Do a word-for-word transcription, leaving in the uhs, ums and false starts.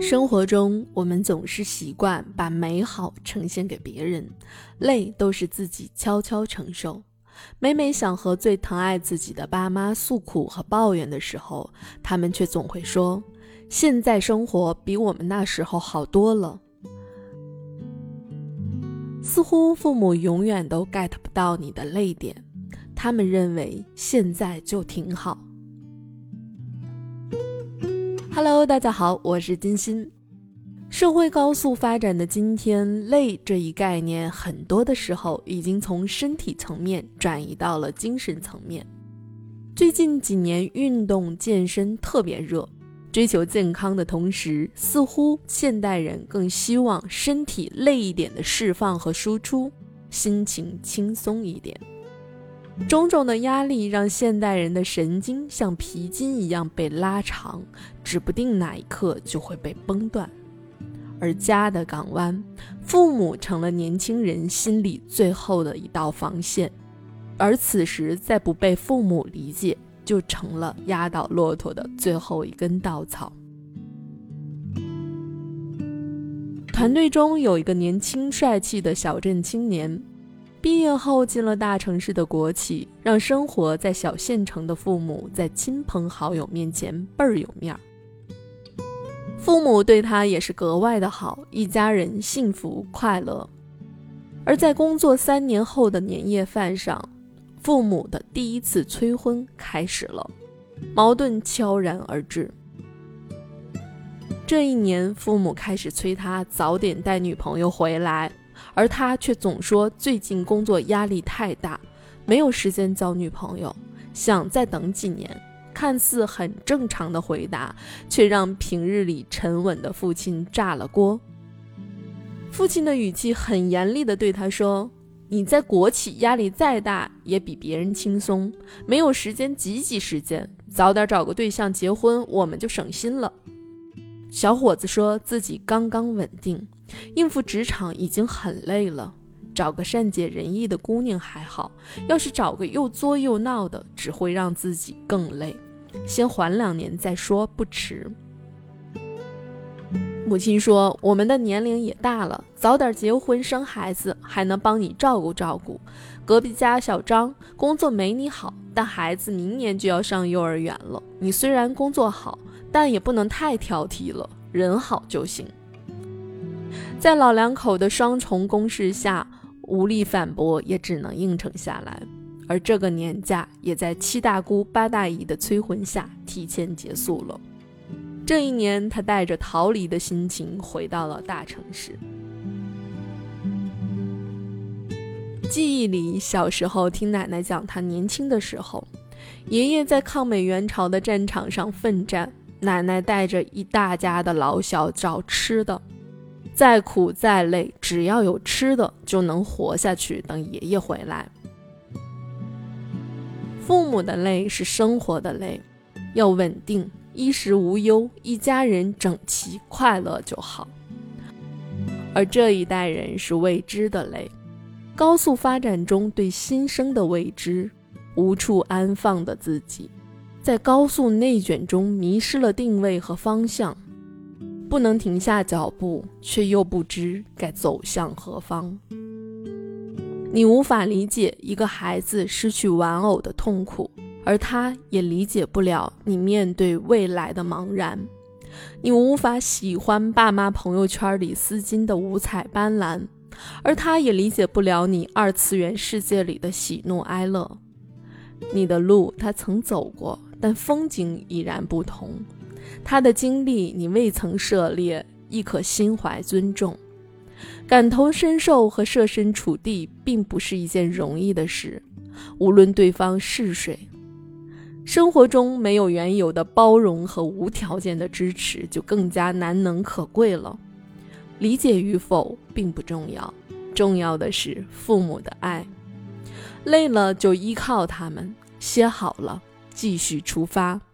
生活中，我们总是习惯把美好呈现给别人，累都是自己悄悄承受。每每想和最疼爱自己的爸妈诉苦和抱怨的时候，他们却总会说，现在生活比我们那时候好多了。似乎父母永远都 get 不到你的泪点，他们认为现在就挺好。Hello， 大家好，我是金鑫。社会高速发展的今天，累这一概念很多的时候已经从身体层面转移到了精神层面。最近几年运动健身特别热，追求健康的同时，似乎现代人更希望身体累一点的释放和输出，心情轻松一点。种种的压力让现代人的神经像皮筋一样被拉长，指不定哪一刻就会被崩断。而家的港湾，父母成了年轻人心里最后的一道防线，而此时再不被父母理解，就成了压倒骆驼的最后一根稻草。团队中有一个年轻帅气的小镇青年，毕业后进了大城市的国企，让生活在小县城的父母在亲朋好友面前倍儿有面儿。父母对他也是格外的好，一家人幸福快乐。而在工作三年后的年夜饭上，父母的第一次催婚开始了，矛盾悄然而至。这一年，父母开始催他早点带女朋友回来，而他却总说最近工作压力太大，没有时间交女朋友，想再等几年。看似很正常的回答，却让平日里沉稳的父亲炸了锅。父亲的语气很严厉地对他说，你在国企压力再大也比别人轻松，没有时间挤挤时间，早点找个对象结婚，我们就省心了。小伙子说自己刚刚稳定，应付职场已经很累了，找个善解人意的姑娘还好，要是找个又作又闹的，只会让自己更累，先缓两年再说不迟。母亲说，我们的年龄也大了，早点结婚生孩子还能帮你照顾照顾。隔壁家小张工作没你好，但孩子明年就要上幼儿园了，你虽然工作好，但也不能太挑剔了，人好就行。在老两口的双重攻势下，无力反驳，也只能应承下来。而这个年假也在七大姑八大姨的催婚下提前结束了。这一年，他带着逃离的心情回到了大城市。记忆里，小时候听奶奶讲他年轻的时候，爷爷在抗美援朝的战场上奋战，奶奶带着一大家的老小找吃的，再苦再累，只要有吃的就能活下去，等爷爷回来。父母的累是生活的累，要稳定，衣食无忧，一家人整齐快乐就好。而这一代人是未知的累，高速发展中对新生的未知，无处安放的自己，在高速内卷中迷失了定位和方向，不能停下脚步，却又不知该走向何方。你无法理解一个孩子失去玩偶的痛苦，而他也理解不了你面对未来的茫然。你无法喜欢爸妈朋友圈里丝巾的五彩斑斓，而他也理解不了你二次元世界里的喜怒哀乐。你的路他曾走过，但风景已然不同。他的经历你未曾涉猎，亦可心怀尊重。感同身受和设身处地并不是一件容易的事，无论对方是谁。生活中没有原有的包容和无条件的支持，就更加难能可贵了。理解与否并不重要，重要的是父母的爱。累了就依靠他们，歇好了继续出发。